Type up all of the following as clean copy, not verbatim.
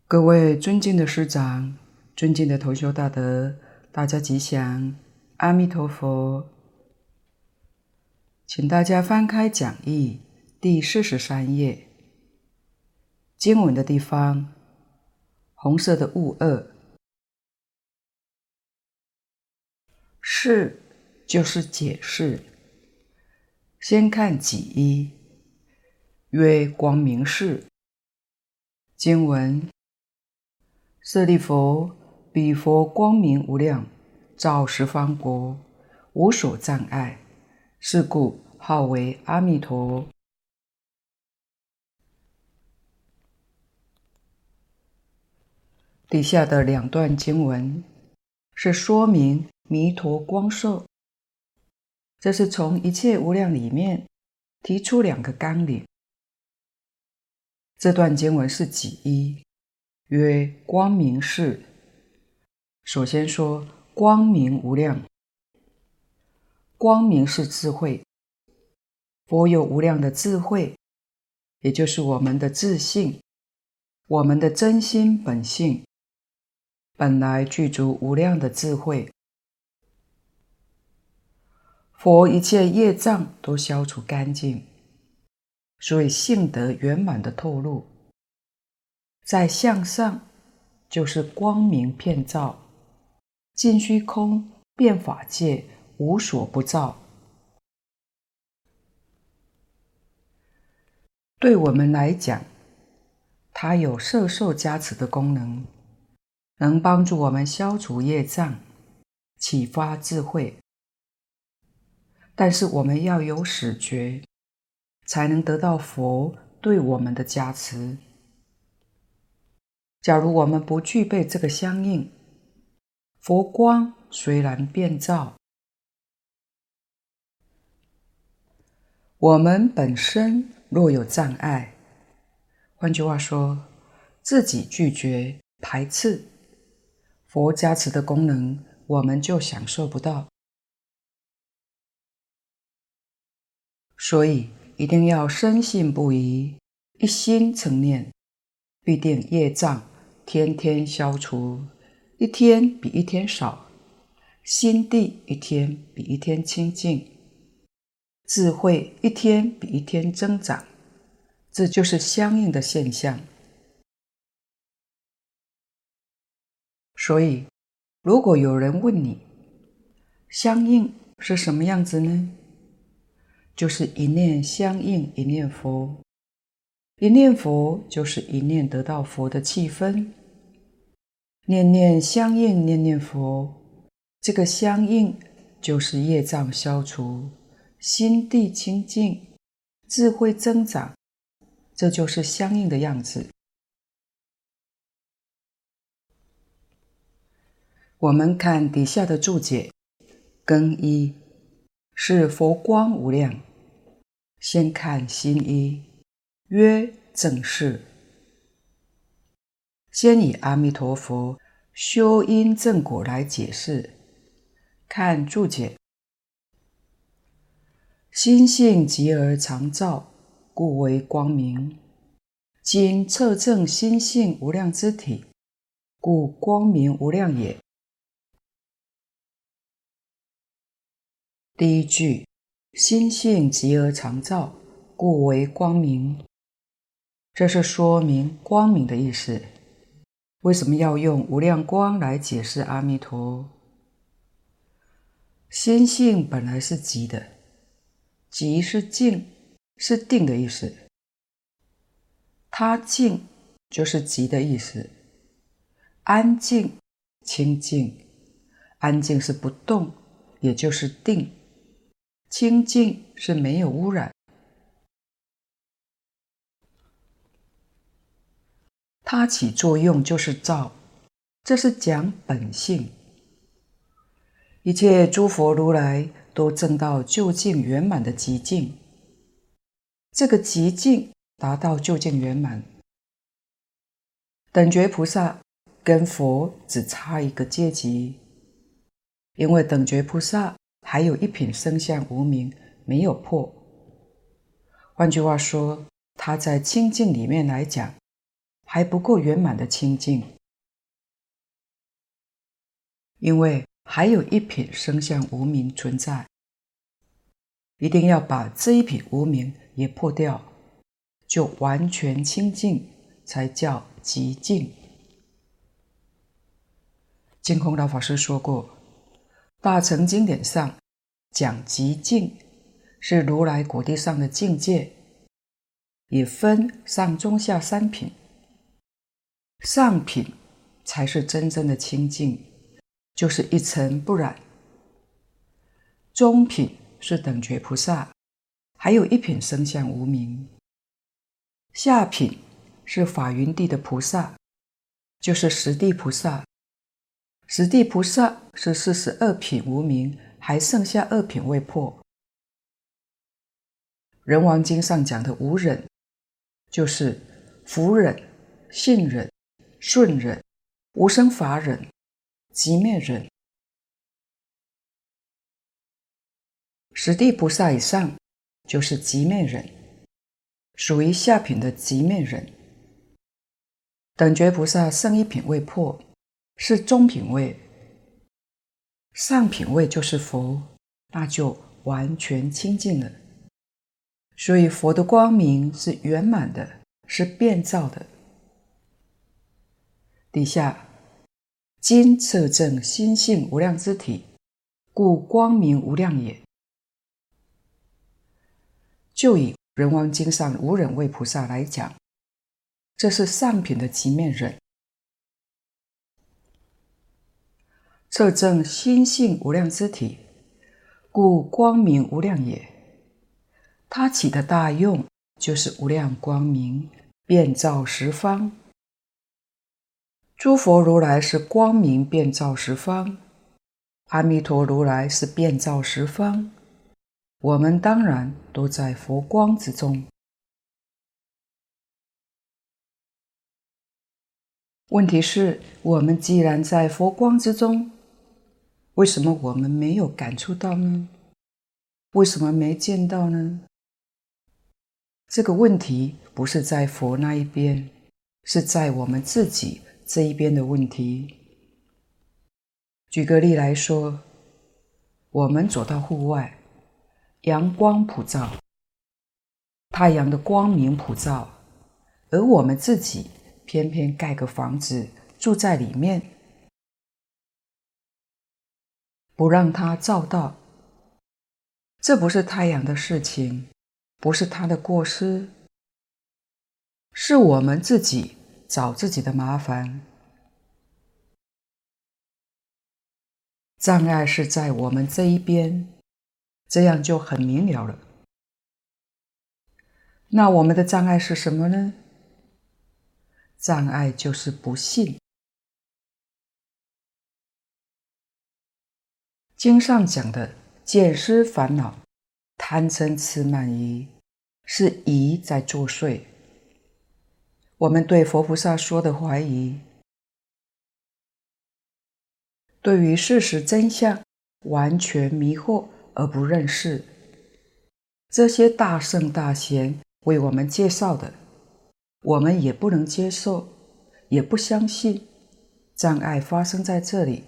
各位尊敬的师长，尊敬的同修大德，大家吉祥，阿弥陀佛。请大家翻开讲义第43页，经文的地方，红色的物2，释就是解释。先看己一，曰光明释。经文：舍利弗，彼佛光明无量，照十方国，无所障碍，是故号为阿弥陀。底下的2段经文是说明弥陀光寿，这是从一切无量里面提出2个纲领。这段经文是己一，曰光明释。首先说光明无量，光明是智慧，佛有无量的智慧，也就是我们的自性，我们的真心本性，本来具足无量的智慧。佛一切业障都消除干净，所以性德圆满的透露，在相上就是光明遍照，尽虚空遍法界，无所不照。对我们来讲，它有摄受加持的功能，能帮助我们消除业障，启发智慧。但是我们要有始觉，才能得到佛对我们的加持。假如我们不具备这个相应，佛光虽然遍照，我们本身若有障碍，换句话说，自己拒绝排斥，佛加持的功能我们就享受不到。所以一定要深信不疑，一心称念，必定业障天天消除，一天比一天少，心地一天比一天清净，智慧一天比一天增长，这就是相应的现象。所以如果有人问你，相应是什么样子呢？就是一念相应一念佛，一念佛就是一念得到佛的气氛，念念相应念念佛，这个相应就是业障消除，心地清净，智慧增长，这就是相应的样子。我们看底下的注解，庚一是佛光无量。先看心一，曰正释。先以阿弥陀佛修因正果来解释。看注解，心性极而常照，故为光明。今测证心性无量之体，故光明无量也。第一句，心性极而常照，故为光明，这是说明光明的意思。为什么要用无量光来解释阿弥陀？心性本来是极的，极是静，是定的意思。它静就是极的意思，安静、清净。安静是不动，也就是定；清净是没有污染。它起作用就是照，这是讲本性。一切诸佛如来都证到究竟圆满的极境，这个极境达到究竟圆满。等觉菩萨跟佛只差一个阶级，因为等觉菩萨还有一品生相无明没有破。换句话说，他在清净里面来讲， 还不够圆满的清净，因为还有一品生相无明存在，一定要把这一品无明也破掉，就完全清净，才叫极净。净空老法师说过，大乘经典上讲极净是如来果地上的境界，也分上中下三品，上品才是真正的清净，就是一尘不染，中品是等觉菩萨，还有一品生相无明，下品是法云地的菩萨，就是十地菩萨。十地菩萨是42品无明，还剩下2品未破。人王经上讲的无忍，就是福忍、信忍、顺忍、无生法忍、寂灭忍。十地菩萨以上就是寂灭忍，属于下品的寂灭忍。等觉菩萨剩1品未破，是中品位，上品位就是佛，那就完全清净了。所以佛的光明是圆满的，是变造的。底下今测证心性无量之体，故光明无量也。就以人王经上无忍位菩萨来讲，这是上品的寂灭忍。测证心性无量之体，故光明无量也。它起的大用就是无量光明，遍照十方。诸佛如来是光明遍照十方，阿弥陀如来是遍照十方，我们当然都在佛光之中。问题是，我们既然在佛光之中，为什么我们没有感触到呢？为什么没见到呢？这个问题不是在佛那一边，是在我们自己这一边的问题。举个例来说，我们走到户外，阳光普照，太阳的光明普照，而我们自己偏偏盖个房子住在里面，不让它照到。这不是太阳的事情，不是他的过失，是我们自己找自己的麻烦。障碍是在我们这一边，这样就很明了了。那我们的障碍是什么呢？障碍就是不信。经上讲的见思烦恼、贪嗔痴慢疑，是疑在作祟。我们对佛菩萨说的怀疑，对于事实真相完全迷惑而不认识，这些大圣大贤为我们介绍的，我们也不能接受，也不相信，障碍发生在这里。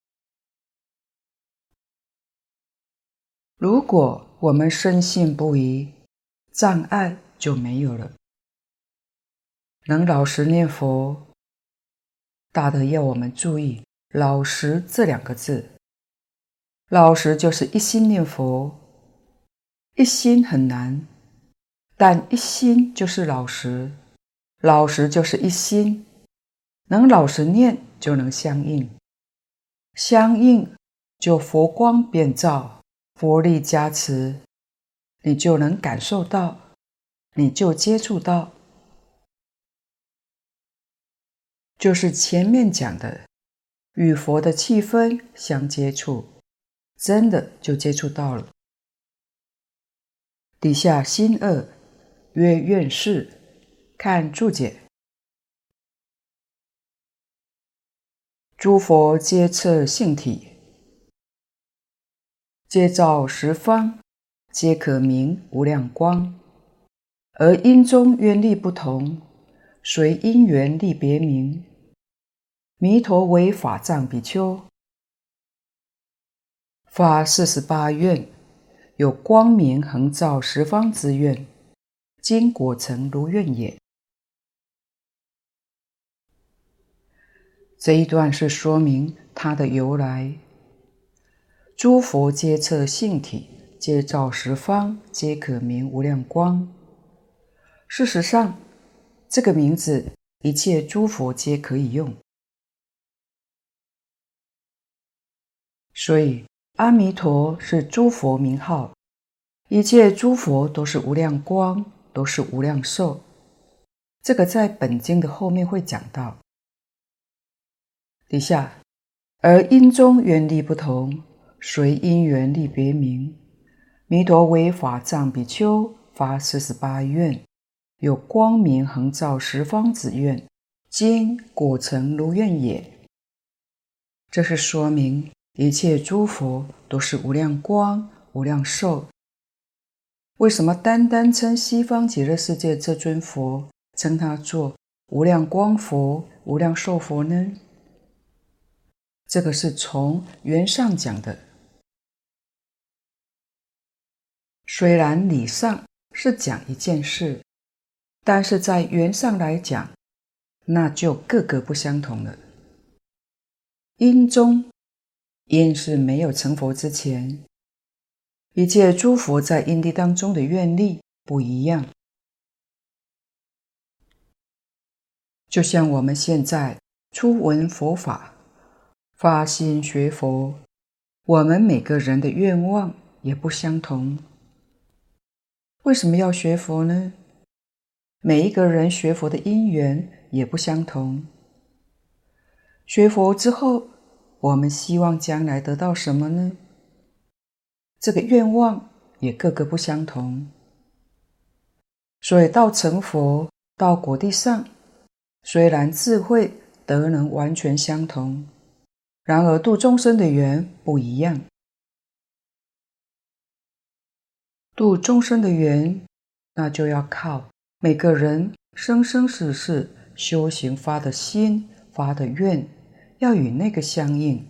如果我们深信不疑，障碍就没有了。能老实念佛，大德要我们注意老实这2个字。老实就是一心念佛，一心很难，但一心就是老实，老实就是一心，能老实念就能相应，相应就佛光遍照，佛力加持，你就能感受到，你就接触到，就是前面讲的与佛的气氛相接触，真的就接触到了。底下心2曰愿事，看注解。诸佛皆测性体，皆照十方，皆可明无量光，而因中愿力不同， 随因缘立别名。弥陀为法藏比丘，发48愿，有光明恒照十方之愿，今果成如愿也。这一段是说明它的由来。诸佛皆测性体，皆照十方，皆可名无量光。事实上，这个名字一切诸佛皆可以用。所以阿弥陀是诸佛名号，一切诸佛都是无量光，都是无量寿。这个在本经的后面会讲到。底下，而因中缘力不同，随因缘立别名。弥陀为法藏比丘，发48愿，有光明恒照十方之愿，今果成如愿也。这是说明一切诸佛都是无量光、无量寿。为什么单单称西方极乐世界这尊佛，称他做无量光佛、无量寿佛呢？这个是从缘上讲的。虽然理上是讲一件事，但是在缘上来讲，那就各个不相同了。因中，因是没有成佛之前，一切诸佛在因地当中的愿力不一样。就像我们现在初闻佛法，发心学佛，我们每个人的愿望也不相同。为什么要学佛呢？每一个人学佛的因缘也不相同。学佛之后，我们希望将来得到什么呢？这个愿望也各个不相同。所以到成佛，到果地上，虽然智慧德能完全相同，然而度众生的缘不一样。度众生的缘，那就要靠每个人生生世世修行发的心、发的愿，要与那个相应。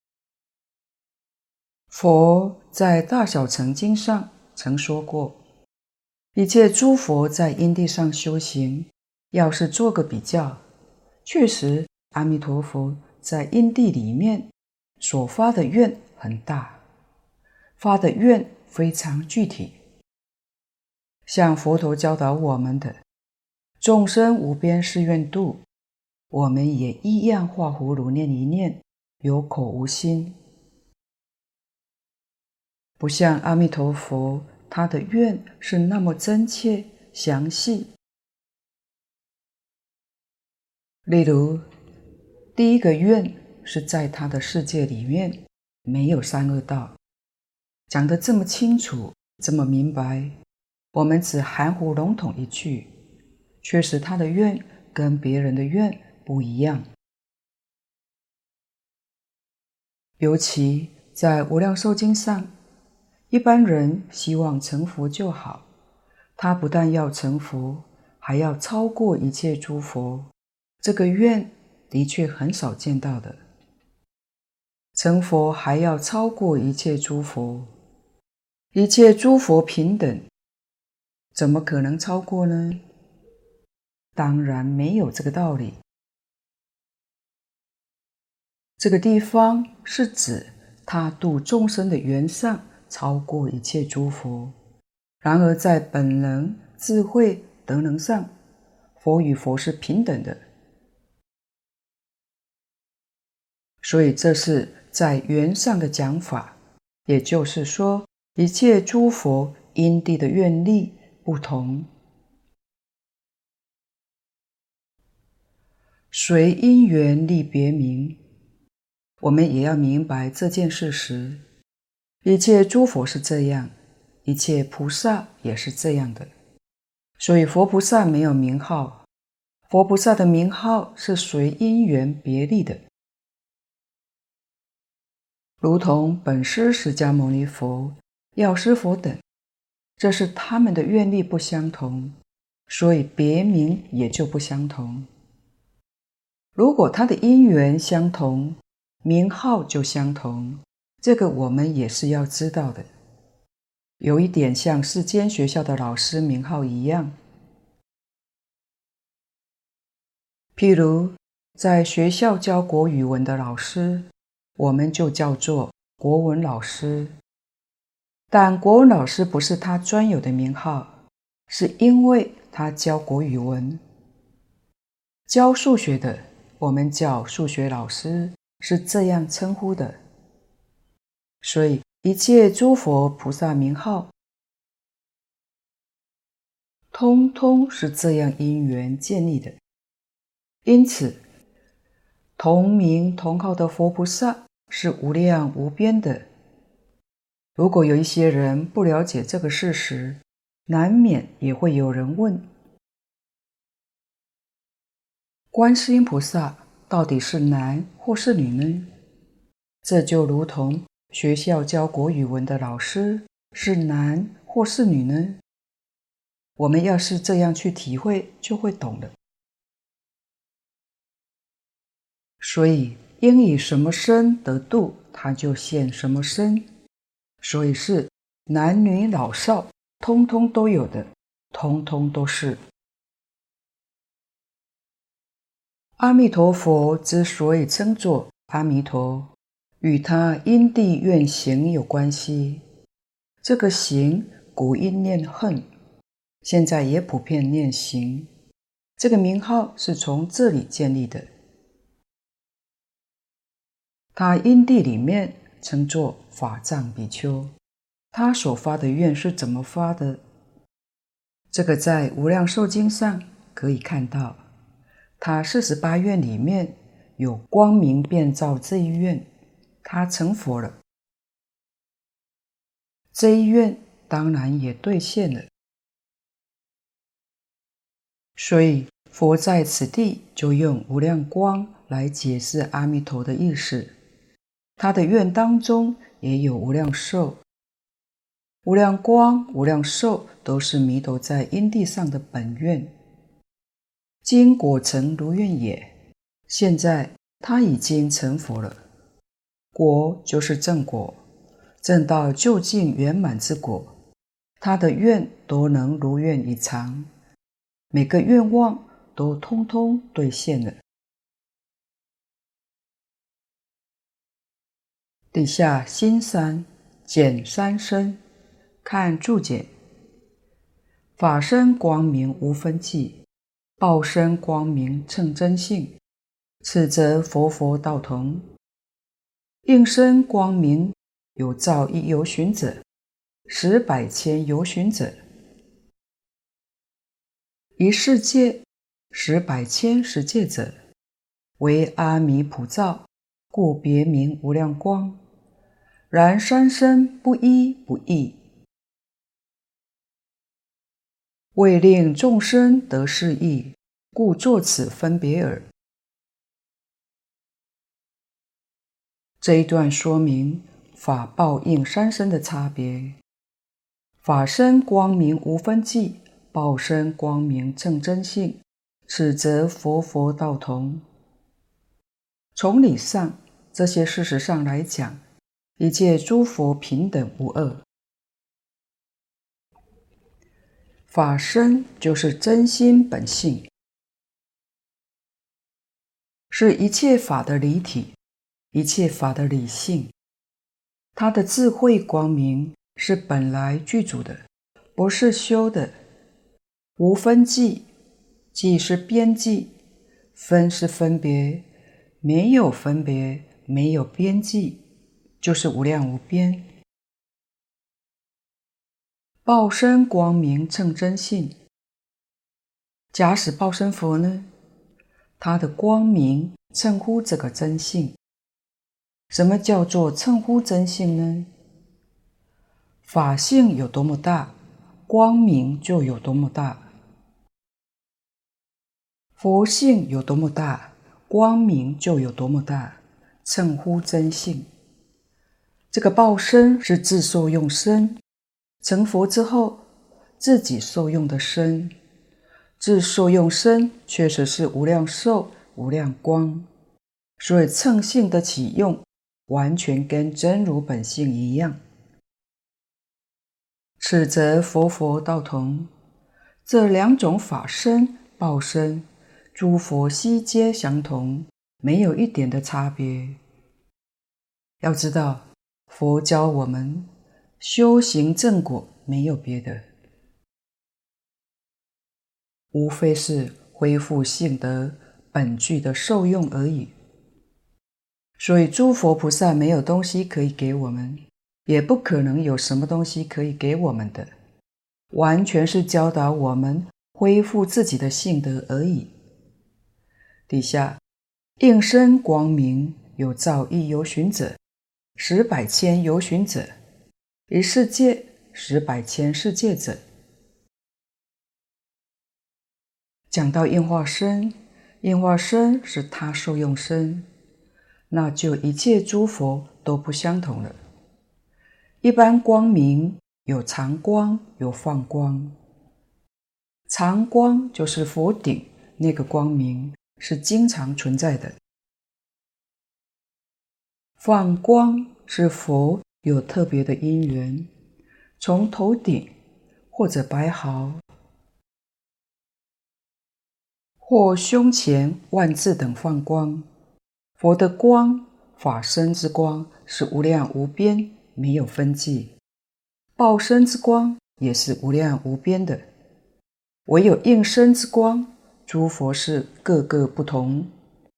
佛在《大小乘经》上曾说过，一切诸佛在因地上修行，要是做个比较，确实阿弥陀佛在因地里面所发的愿很大，发的愿非常具体。像佛陀教导我们的众生无边誓愿度，我们也一样画葫芦念一念，有口无心。不像阿弥陀佛，他的愿是那么真切详细。例如，第一个愿是在他的世界里面没有三恶道，讲得这么清楚，这么明白，我们只含糊笼统一句，确实他的愿跟别人的愿不一样。尤其在无量寿经上，一般人希望成佛就好，他不但要成佛，还要超过一切诸佛，这个愿的确很少见到的。成佛还要超过一切诸佛，一切诸佛平等，怎么可能超过呢？当然没有这个道理。这个地方是指他度众生的缘上超过一切诸佛，然而在本能、智慧、德能上，佛与佛是平等的。所以这是在缘上的讲法，也就是说，一切诸佛因地的愿力不同。随因缘立别名，我们也要明白这件事实。一切诸佛是这样，一切菩萨也是这样的。所以佛菩萨没有名号，佛菩萨的名号是随因缘别立的。如同本师释迦牟尼佛、药师佛等，这是他们的愿力不相同， 所以别名也就不相同。如果他的因缘相同，名号就相同，这个我们也是要知道的。有一点像世间学校的老师名号一样，譬如在学校教国语文的老师，我们就叫做国文老师，但国文老师不是他专有的名号，是因为他教国语文。教数学的，我们叫数学老师，是这样称呼的。所以一切诸佛菩萨名号，通通是这样因缘建立的。因此同名同号的佛菩萨是无量无边的。如果有一些人不了解这个事实，难免也会有人问：观世音菩萨到底是男或是女呢？这就如同学校教国语文的老师是男或是女呢？我们要是这样去体会，就会懂了。所以应以什么身得度，他就现什么身。所以是男女老少通通都有的，通通都是。阿弥陀佛之所以称作阿弥陀，与他因地愿行有关系。这个行古因念恨，现在也普遍念行，这个名号是从这里建立的。他因地里面称作法藏比丘，他所发的愿是怎么发的？这个在无量寿经上可以看到，他48愿里面有光明遍照这一愿，他成佛了。这一愿当然也兑现了。所以佛在此地就用无量光来解释阿弥陀的意思。他的愿当中也有无量寿，无量光、无量寿都是弥陀在因地上的本愿。今果成如愿也，现在他已经成佛了。果就是正果，正到究竟圆满之果，他的愿都能如愿以偿，每个愿望都通通兑现了。底下心三减三身，看注解。法身光明无分际，报身光明称真性，此则佛佛道同。应身光明有照一游巡者，十百千游巡者。一世界十百千世界者，为阿弥普照，故别名无量光。然三身不一不异，为令众生得是义，故作此分别耳。这一段说明法报应三身的差别。法身光明无分际，报身光明正真性，此则佛佛道同。从理上这些事实上来讲，一切诸佛平等无二。法身就是真心本性，是一切法的理体，一切法的理性。它的智慧光明是本来具足的，不是修的。无分际，际是边际，分是分别，没有分别，没有边际，就是无量无边。报身光明称真性。假使报身佛呢，他的光明称呼这个真性。什么叫做称呼真性呢？法性有多么大，光明就有多么大。佛性有多么大，光明就有多么大，称呼真性。这个报身是自受用身，成佛之后自己受用的身， 自受用身确实是无量寿、无量光，所以乘性的起用完全跟真如本性一样。此则佛道同，这两种法身、报身，诸佛悉皆相同，没有一点的差别。要知道，佛教我们修行正果没有别的，无非是恢复性德本具的受用而已。所以诸佛菩萨没有东西可以给我们，也不可能有什么东西可以给我们的，完全是教导我们恢复自己的性德而已。底下应身光明，有造诣游巡者，十百千游巡者，一世界十百千世界者。讲到应化身，应化身是他受用身，那就一切诸佛都不相同了。一般光明有常光，有放光。常光就是佛顶那个光明，是经常存在的。放光是佛有特别的因缘，从头顶或者白毫或胸前万字等放光。佛的光，法身之光是无量无边，没有分际。报身之光也是无量无边的，唯有应身之光，诸佛是各个不同。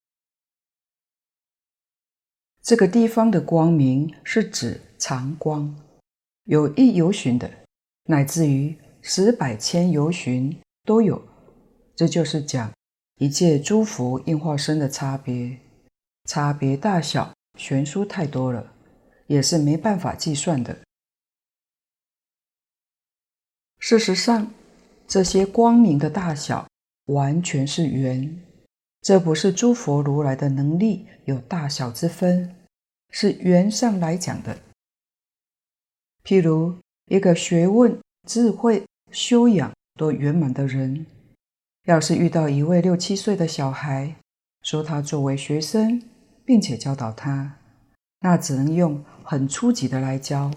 这个地方的光明是指常光，有一游巡的，乃至于十百千游巡都有。这就是讲一切诸佛应化身的差别，差别大小悬殊太多了，也是没办法计算的。事实上，这些光明的大小完全是缘，这不是诸佛如来的能力有大小之分，是缘上来讲的。譬如一个学问、智慧、修养都圆满的人，要是遇到一位6、7岁的小孩，说他作为学生，并且教导他，那只能用很初级的来教。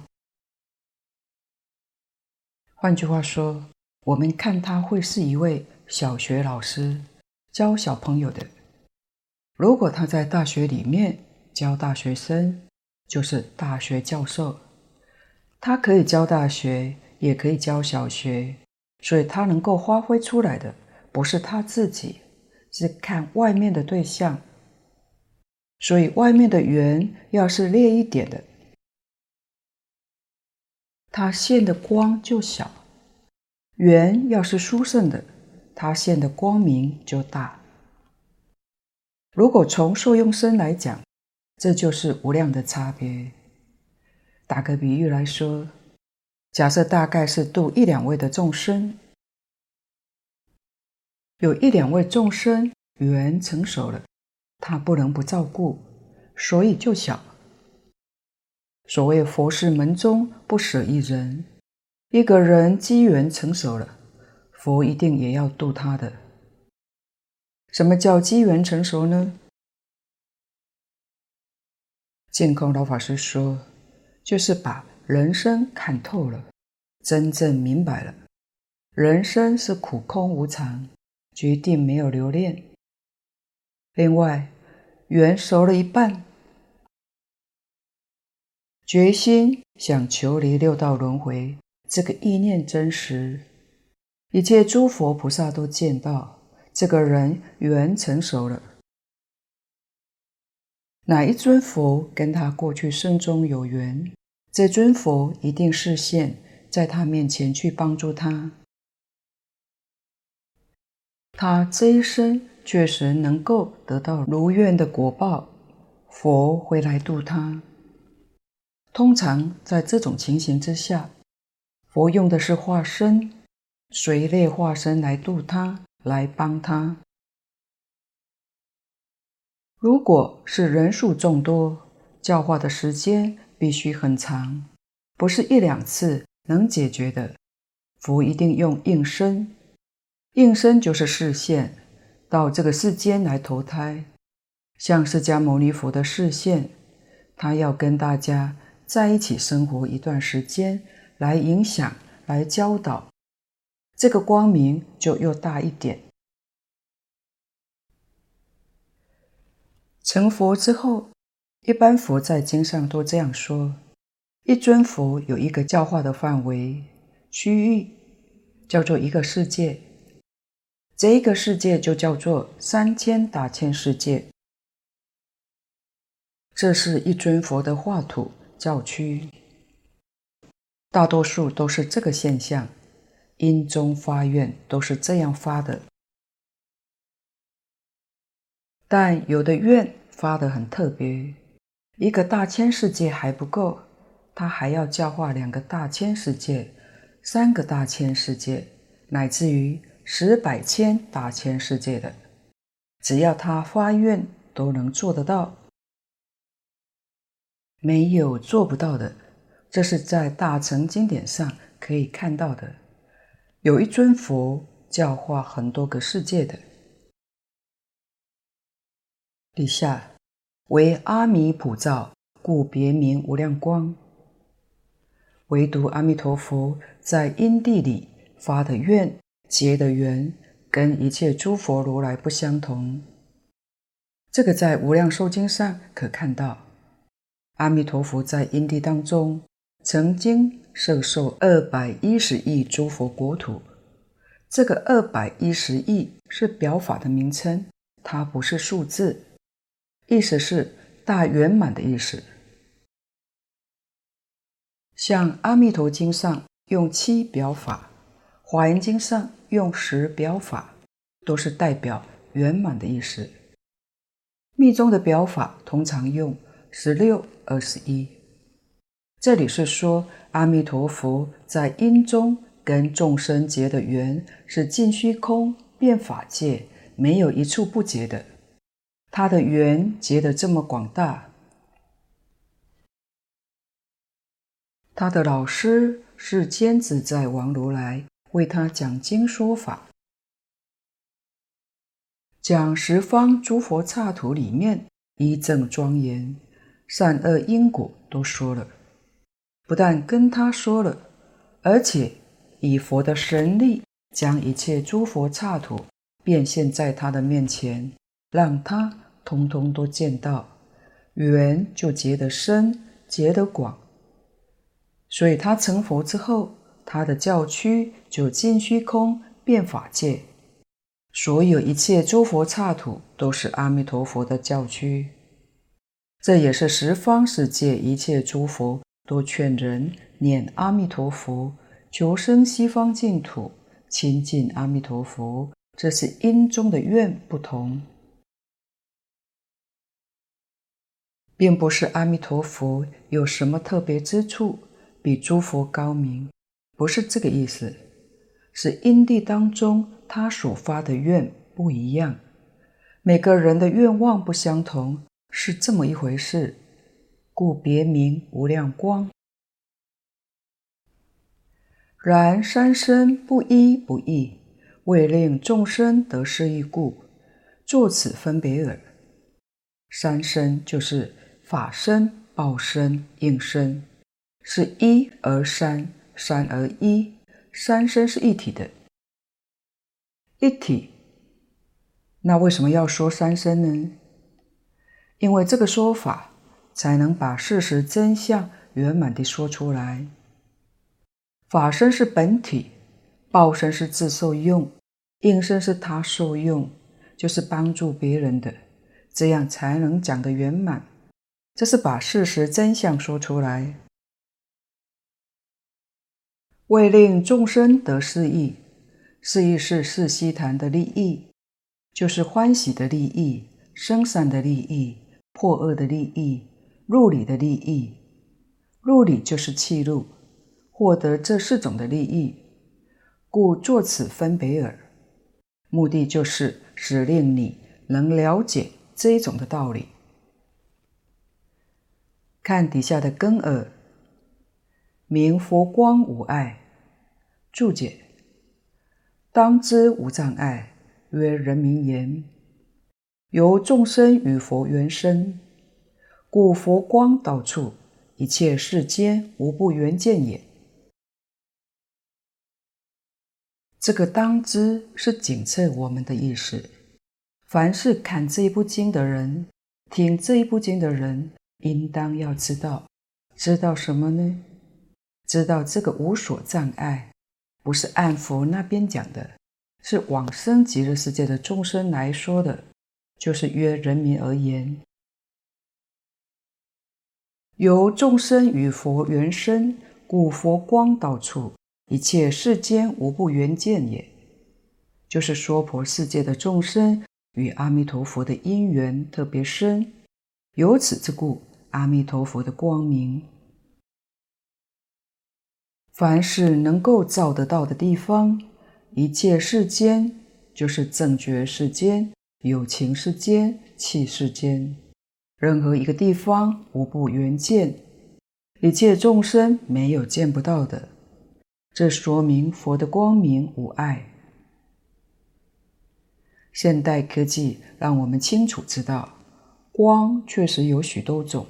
换句话说，我们看他会是一位小学老师，教小朋友的。如果他在大学里面教大学生，就是大学教授。他可以教大学，也可以教小学，所以他能够发挥出来的不是他自己，是看外面的对象。所以外面的缘要是烈一点的，它现的光就小；缘要是殊胜的，它现的光明就大。如果从受用身来讲，这就是无量的差别。打个比喻来说，假设大概是度1、2位的众生，有1、2位众生缘成熟了，他不能不照顾，所以就小。所谓佛事门中不舍一人，一个人机缘成熟了，佛一定也要度他的。什么叫机缘成熟呢？净空老法师说，就是把人生看透了，真正明白了，人生是苦空无常，决定没有留恋。另外，缘熟了一半，决心想求离6道轮回，这个意念真实，一切诸佛菩萨都见到，这个人缘成熟了。哪一尊佛跟他过去生中有缘，这尊佛一定示现在他面前去帮助他，他这一生确实能够得到如愿的果报，佛会来度他。通常在这种情形之下，佛用的是化身，随类化身来度他，来帮他。如果是人数众多，教化的时间必须很长，不是1、2次能解决的，佛一定用应身。 应身就是视线，到这个世间来投胎，像释迦牟尼佛的视线，他要跟大家在一起生活一段时间，来影响，来教导，这个光明就又大一点。成佛之后，一般佛在经上都这样说，一尊佛有一个教化的范围区域，叫做一个世界，这一个世界就叫做3000大千世界。这是一尊佛的化土教区，大多数都是这个现象，因中发愿都是这样发的。但有的愿发得很特别，一个大千世界还不够，他还要教化2个大千世界、3个大千世界，乃至于10百千大千世界的，只要他发愿都能做得到，没有做不到的。这是在大乘经典上可以看到的，有一尊佛教化很多个世界的。底下为阿弥普照，故别名无量光。唯独阿弥陀佛在因地里发的愿、结的缘，跟一切诸佛如来不相同。这个在无量寿经上可看到，阿弥陀佛在因地当中曾经摄受210亿诸佛国土。这个210亿是表法的名称，它不是数字，意思是大圆满的意思。像阿弥陀经上用7表法，华严经上用10表法，都是代表圆满的意思。密宗的表法通常用16、21。这里是说阿弥陀佛在因中跟众生结的缘是尽虚空遍法界，没有一处不结的。他的缘结得这么广大，他的老师是坚自在王如来，为他讲经说法，讲十方诸佛刹土里面一正庄严，善恶因果都说了。不但跟他说了，而且以佛的神力将一切诸佛刹土变现在他的面前，让他通通都见到，缘就结得深，结得广。所以他成佛之后，他的教区就尽虚空遍法界，所有一切诸佛刹土都是阿弥陀佛的教区。这也是十方世界一切诸佛都劝人念阿弥陀佛，求生西方净土，亲近阿弥陀佛。这是因中的愿不同，并不是阿弥陀佛有什么特别之处，比诸佛高明，不是这个意思，是因地当中他所发的愿不一样，每个人的愿望不相同，是这么一回事，故别名无量光。然三身不一不异，为令众生得适意故，作此分别耳。三身就是法身、报身、应身，是一而三，三而一，三身是一体的。一体，那为什么要说三身呢？因为这个说法才能把事实真相圆满地说出来。法身是本体，报身是自受用，应身是他受用，就是帮助别人的，这样才能讲得圆满。这是把事实真相说出来。为令众生得适意，适意是世悉檀的利益，就是欢喜的利益、生善的利益、破恶的利益、入理的利益。入理就是契入，获得这4种的利益，故作此分别耳。目的就是使令你能了解这一种的道理。看底下的根耳，名佛光无碍。注解： 当知无障碍，曰人民言。由众生与佛缘生，故佛光到处，一切世间无不缘见也。这个当知是警策我们的意思。凡是看这一部经的人，听这一部经的人，应当要知道什么呢？知道这个无所障碍，不是按佛那边讲的，是往生极乐世界的众生来说的，就是约人民而言。由众生与佛缘生，故佛光到处，一切世间无不缘见也。就是娑婆世界的众生与阿弥陀佛的因缘特别深，由此之故，阿弥陀佛的光明，凡是能够照得到的地方，一切世间，就是正觉世间、有情世间、器世间，任何一个地方无不缘见，一切众生没有见不到的。这说明佛的光明无碍。现代科技让我们清楚知道，光确实有许多种，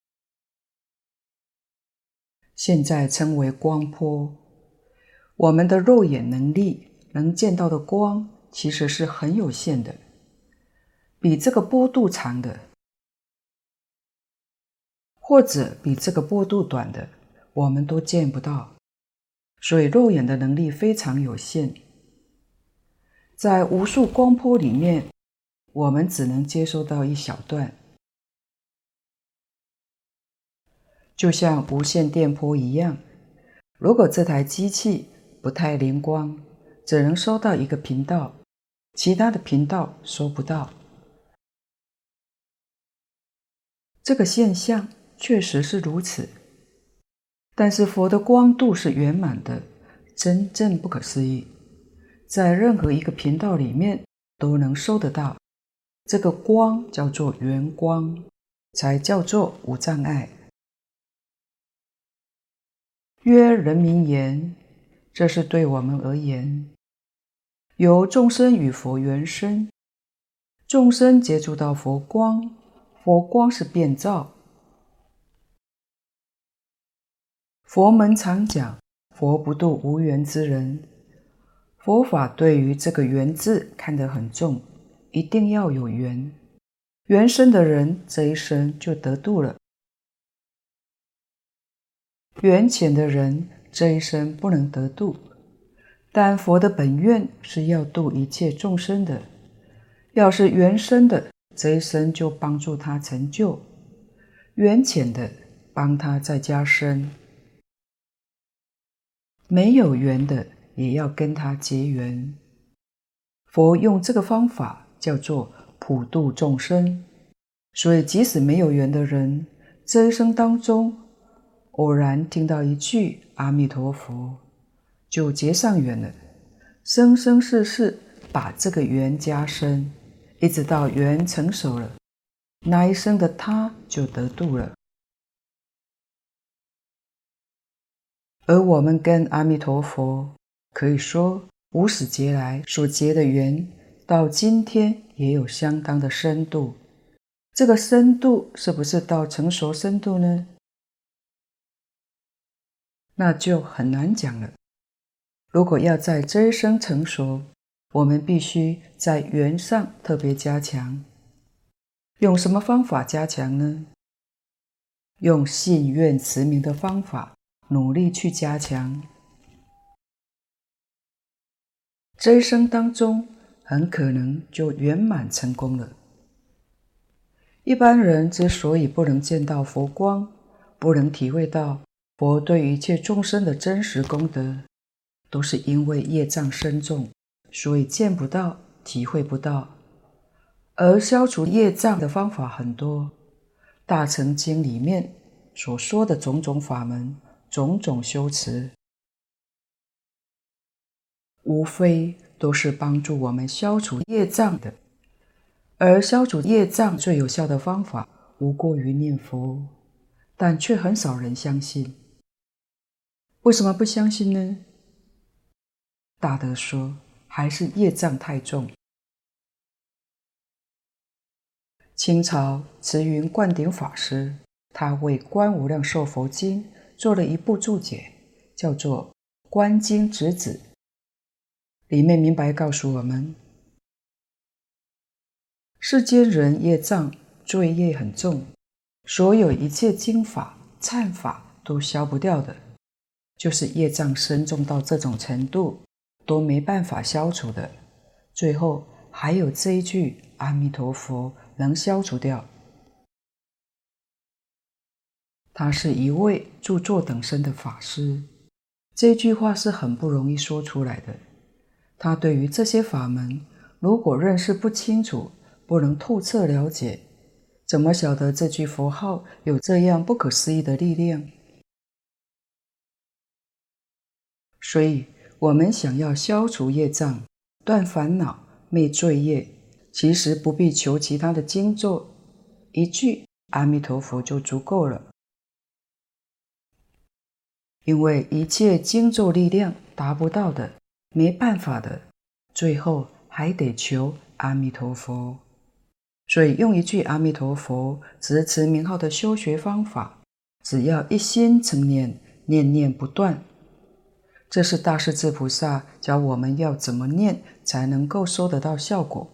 现在称为光波。我们的肉眼能力能见到的光其实是很有限的，比这个波度长的，或者比这个波度短的，我们都见不到。所以肉眼的能力非常有限，在无数光波里面，我们只能接收到一小段，就像无线电波一样。如果这台机器不太灵光，只能收到一个频道，其他的频道收不到。这个现象确实是如此，但是佛的光度是圆满的，真正不可思议，在任何一个频道里面都能收得到。这个光叫做圆光，才叫做无障碍。约人民言，这是对我们而言。由众生与佛缘生，众生接触到佛光，佛光是变照。佛门常讲，佛不度无缘之人。佛法对于这个缘字看得很重，一定要有缘。缘生的人这一生就得度了，缘浅的人这一生不能得度。但佛的本愿是要度一切众生的，要是缘深的，这一生就帮助他成就；缘浅的，帮他再加深。没有缘的，也要跟他结缘。佛用这个方法叫做普度众生，所以即使没有缘的人，这一生当中偶然听到一句阿弥陀佛，就结上缘了，生生世世把这个缘加深，一直到缘成熟了，那一生的他就得度了。而我们跟阿弥陀佛可以说无始劫来所结的缘，到今天也有相当的深度。这个深度是不是到成熟深度呢？那就很难讲了。如果要在这一生成熟，我们必须在缘上特别加强。用什么方法加强呢？用信愿持名的方法努力去加强。这一生当中很可能就圆满成功了。一般人之所以不能见到佛光，不能体会到佛对一切众生的真实功德，都是因为业障深重，所以见不到，体会不到。而消除业障的方法很多，大乘经里面所说的种种法门，种种修持，无非都是帮助我们消除业障的。而消除业障最有效的方法，无过于念佛，但却很少人相信。为什么不相信呢？大德说， 还是业障太重。清朝慈云灌顶法师，他为《观无量寿佛经》做了一部注解，叫做《观经直子》，里面明白告诉我们，世间人业障罪业很重，所有一切经法忏法都消不掉的，就是业障深重到这种程度都没办法消除的，最后还有这一句阿弥陀佛能消除掉。他是一位著作等身的法师，这句话是很不容易说出来的。他对于这些法门如果认识不清楚，不能透彻了解，怎么晓得这句佛号有这样不可思议的力量？所以我们想要消除业障、断烦恼、灭罪业，其实不必求其他的经咒，一句阿弥陀佛就足够了。因为一切经咒力量达不到的，没办法的，最后还得求阿弥陀佛。所以用一句阿弥陀佛直持名号的修学方法，只要一心成念，念念不断。这是大势至菩萨教我们要怎么念才能够收得到效果，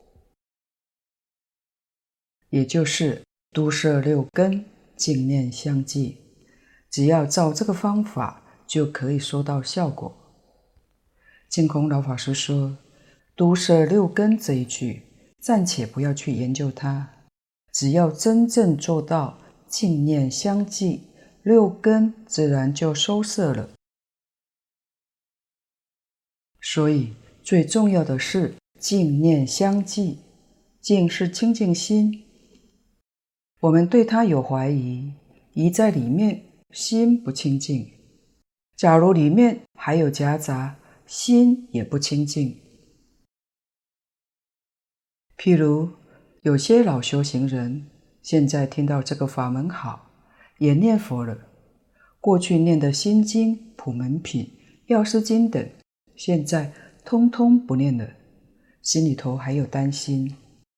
也就是都摄六根，净念相继。只要照这个方法，就可以收到效果。净空老法师说，都摄六根这一句，暂且不要去研究它，只要真正做到净念相继，六根自然就收摄了。所以最重要的是净念相继，净是清净心，我们对它有怀疑，疑在里面，心不清净。假如里面还有夹杂，心也不清净。譬如有些老修行人，现在听到这个法门好，也念佛了，过去念的心经、普门品、药师经等，现在通通不念了，心里头还有担心，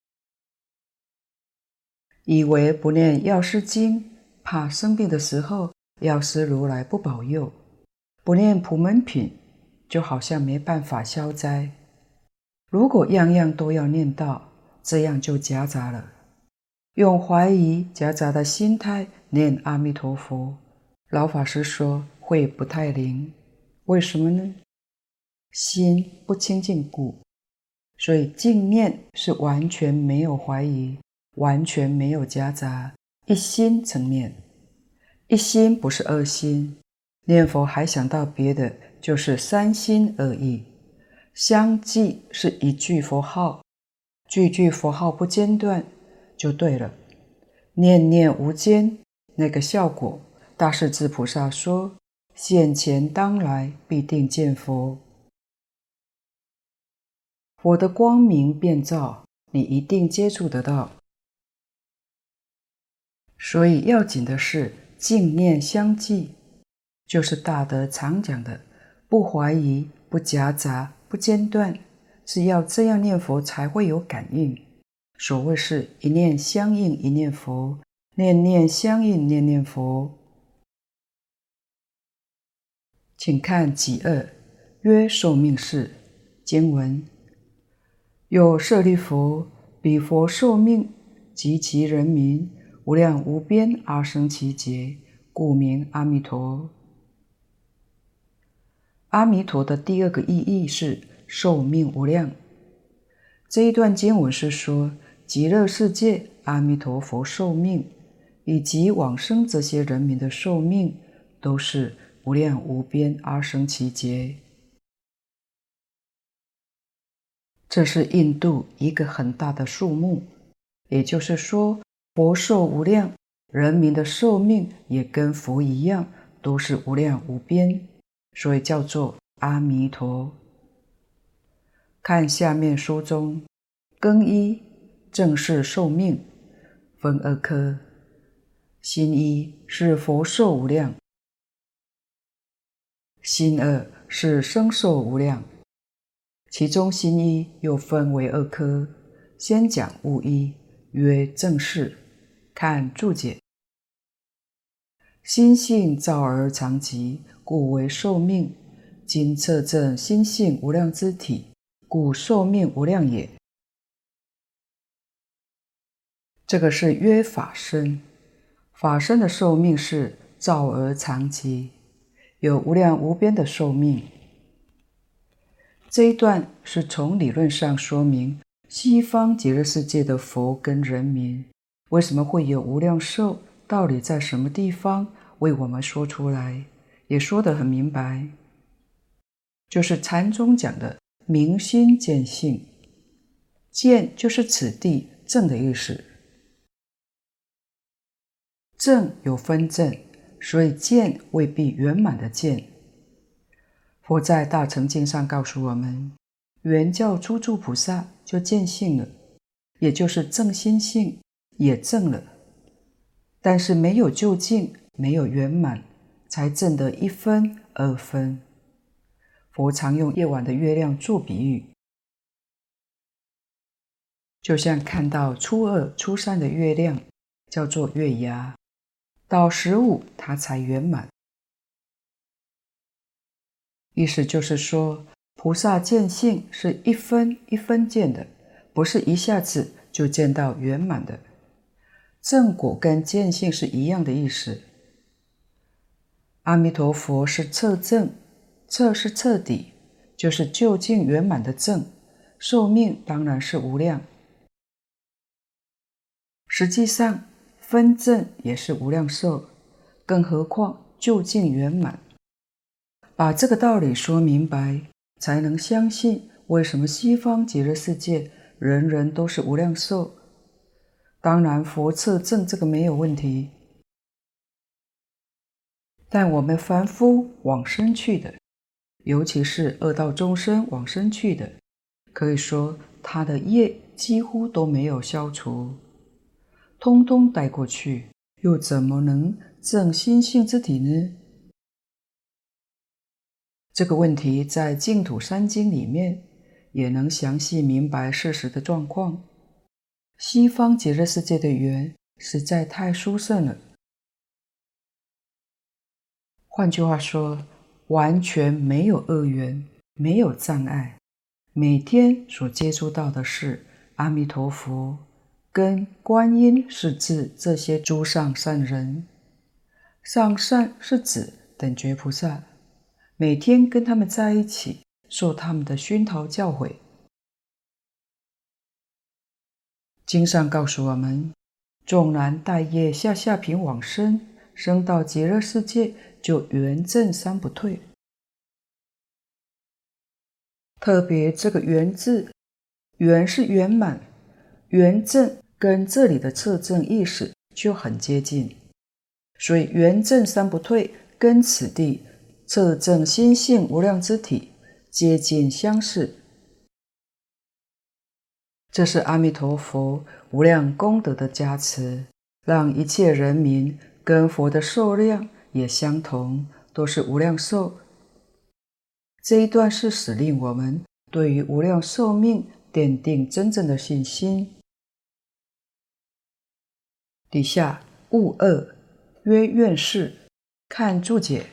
以为不念药师经，怕生病的时候药师如来不保佑，不念普门品，就好像没办法消灾。如果样样都要念到，这样就夹杂了。用怀疑夹杂的心态念阿弥陀佛，老法师说会不太灵。为什么呢？心不清净故。所以净念是完全没有怀疑，完全没有夹杂，一心成念。一心不是二心，念佛还想到别的，就是三心二意。相继是一句佛号，句句佛号不间断就对了，念念无间，那个效果，大势至菩萨说，现前当来必定见佛。佛的光明遍照，你一定接触得到。所以要紧的是净念相继，就是大德常讲的不怀疑、不夹杂、不间断，是要这样念佛才会有感应。所谓是一念相应一念佛，念念相应念念佛。请看己二，曰寿命事经文，有舍利弗，彼佛寿命及其人民无量无边阿僧祇劫，故名阿弥陀。阿弥陀的第二个意义是寿命无量。这一段经文是说，极乐世界阿弥陀佛寿命以及往生这些人民的寿命都是无量无边阿僧祇劫。这是印度一个很大的数目，也就是说佛寿无量，人民的寿命也跟佛一样，都是无量无边，所以叫做阿弥陀。看下面书中，更一正是寿命分二科，心一是佛寿无量，心二是生寿无量。 其中心一又分为2科，先讲物一，曰正事。看注解。心性躁而常寂，故为寿命。今测证心性无量之体，故寿命无量也。这个是约法身，法身的寿命是躁而常寂，有无量无边的寿命。这一段是从理论上说明西方极乐世界的佛跟人民为什么会有无量寿，道理在什么地方，为我们说出来，也说得很明白。就是禅宗讲的明心见性，见就是此地正的意思。正有分正，所以见未必圆满的见。佛在大乘经上告诉我们，圆教初住菩萨就见性了，也就是正心性也正了，但是没有究竟，没有圆满，才证得1分2分。佛常用夜晚的月亮做比喻，就像看到初2、初3的月亮，叫做月牙，到15它才圆满。意思就是说，菩萨见性是1分1分见的，不是一下子就见到圆满的。正果跟见性是一样的意思。阿弥陀佛是彻正，彻是彻底，就是究竟圆满的正，寿命当然是无量。实际上分正也是无量寿，更何况究竟圆满。把这个道理说明白，才能相信为什么西方极乐世界人人都是无量寿。当然佛测证这个没有问题，但我们凡夫往生去的，尤其是恶道众生往生去的，可以说他的业几乎都没有消除，通通带过去，又怎么能证心性之体呢？这个问题在净土三经里面也能详细明白事实的状况。西方极乐世界的缘实在太殊胜了，换句话说，完全没有恶缘，没有障碍，每天所接触到的是阿弥陀佛跟观音，是指这些诸上善人。上善是指等觉菩萨，每天跟他们在一起，受他们的熏陶教诲。经上告诉我们，纵然带业下品往生，生到极乐世界，就圆正三不退。特别这个圆字，圆是圆满，圆正跟这里的测证意识就很接近，所以圆正三不退跟此地测证心性无量之体接近相似。这是阿弥陀佛无量功德的加持，让一切人民跟佛的寿量也相同，都是无量寿。这一段是使令我们对于无量寿命奠定真正的信心。底下物2曰愿事，看注解。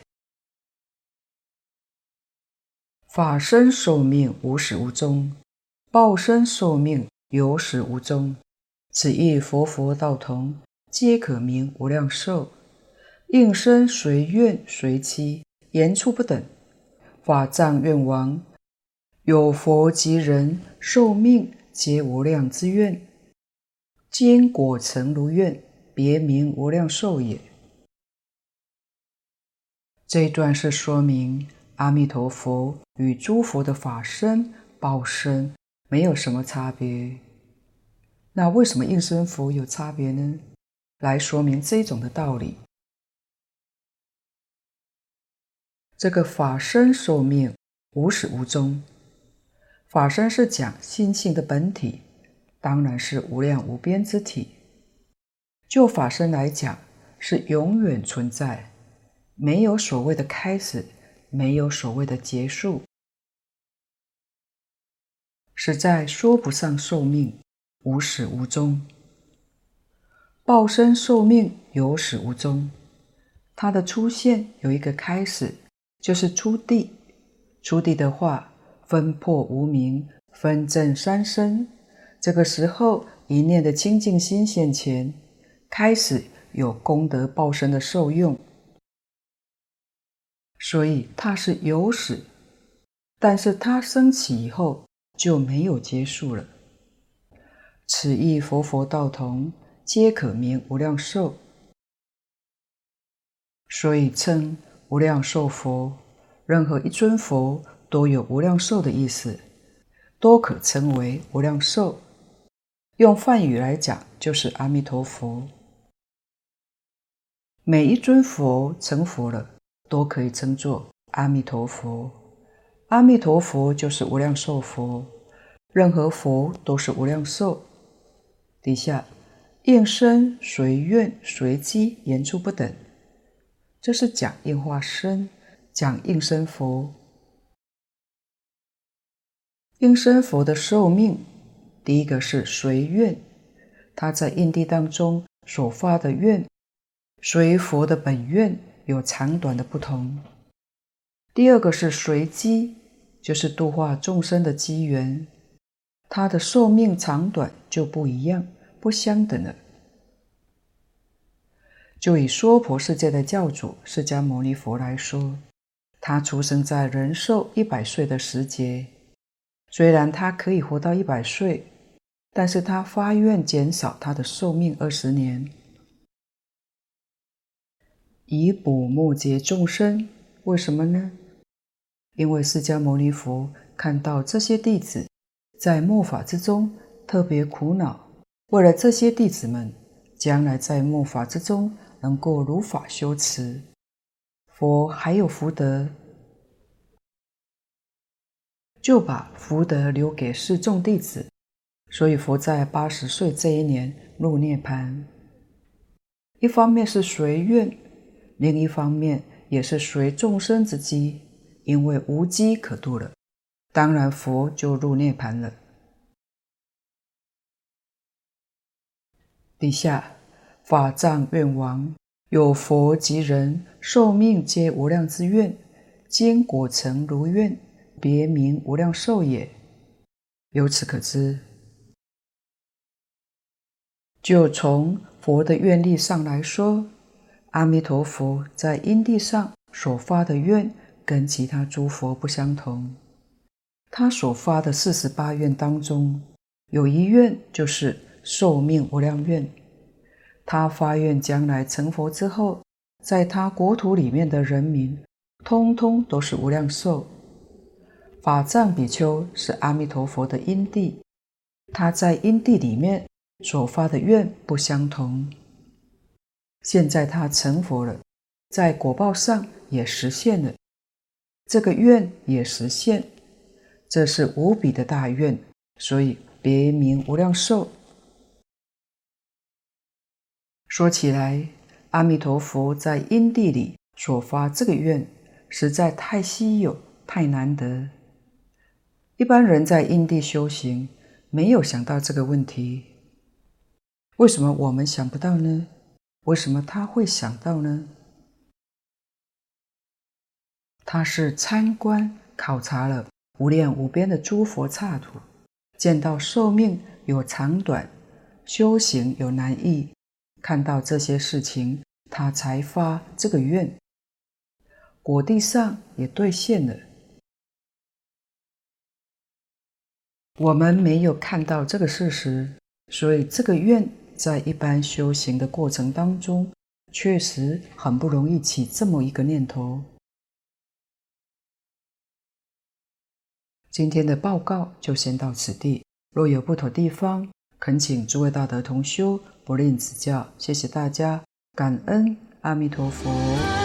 法身寿命无始无终，报身寿命有始无终，此亦佛道同，皆可名无量寿。应身随愿随期，言处不等。法藏愿王，有佛及人寿命皆无量之愿，今果成如愿，别名无量寿也。这一段是说明阿弥陀佛与诸佛的法身、报身没有什么差别。那为什么应身佛有差别呢？来说明这种的道理。这个法身寿命无始无终，法身是讲心性的本体，当然是无量无边之体。就法身来讲，是永远存在，没有所谓的开始，没有所谓的结束。 实在说不上寿命，无始无终。报身寿命有始无终，它的出现有一个开始，就是初地。初地的话，分破无明，分证三身。这个时候，一念的清净心现前，开始有功德报身的受用，所以它是有始，但是它升起以后就没有结束了。此意佛佛道同，皆可名无量寿，所以称无量寿佛。任何一尊佛都有无量寿的意思，都可称为无量寿。用梵语来讲，就是阿弥陀佛。每一尊佛成佛了，都可以称作阿弥陀佛。阿弥陀佛就是无量寿佛，任何佛都是无量寿。底下应身随愿随机言出不等，这是讲应化身，讲应身佛。应身佛的寿命，第一个是随愿，他在因地当中所发的愿，随佛的本愿有长短的不同。第二个是随机，就是度化众生的机缘，他的寿命长短就不一样，不相等了。就以娑婆世界的教主释迦牟尼佛来说，他出生在人寿100岁的时节，虽然他可以活到100岁，但是他发愿减少他的寿命20年，以补末劫众生。为什么呢？因为释迦牟尼佛看到这些弟子在末法之中特别苦恼，为了这些弟子们将来在末法之中能够如法修持，佛还有福德，就把福德留给示众弟子。所以佛在80岁这一年入涅槃，一方面是随愿，另一方面也是随众生之机，因为无机可度了，当然佛就入涅槃了。底下法藏愿王，有佛及人寿命皆无量之愿，今果成如愿，别名无量寿也。由此可知，就从佛的愿力上来说，阿弥陀佛在因地上所发的愿跟其他诸佛不相同。他所发的48愿当中，有一愿就是寿命无量愿。他发愿将来成佛之后，在他国土里面的人民通通都是无量寿。法藏比丘是阿弥陀佛的因地，他在因地里面所发的愿不相同。现在他成佛了，在果报上也实现了，这个愿也实现，这是无比的大愿，所以别名无量寿。说起来，阿弥陀佛在因地里所发这个愿实在太稀有，太难得。一般人在因地修行，没有想到这个问题。为什么我们想不到呢？为什么他会想到呢？他是参观考察了无量无边的诸佛刹土，见到寿命有长短，修行有难易，看到这些事情，他才发这个愿，果地上也兑现了。我们没有看到这个事实，所以这个愿在一般修行的过程当中，确实很不容易起这么一个念头。今天的报告就先到此地，若有不妥地方，恳请诸位大德同修不吝指教，谢谢大家，感恩阿弥陀佛。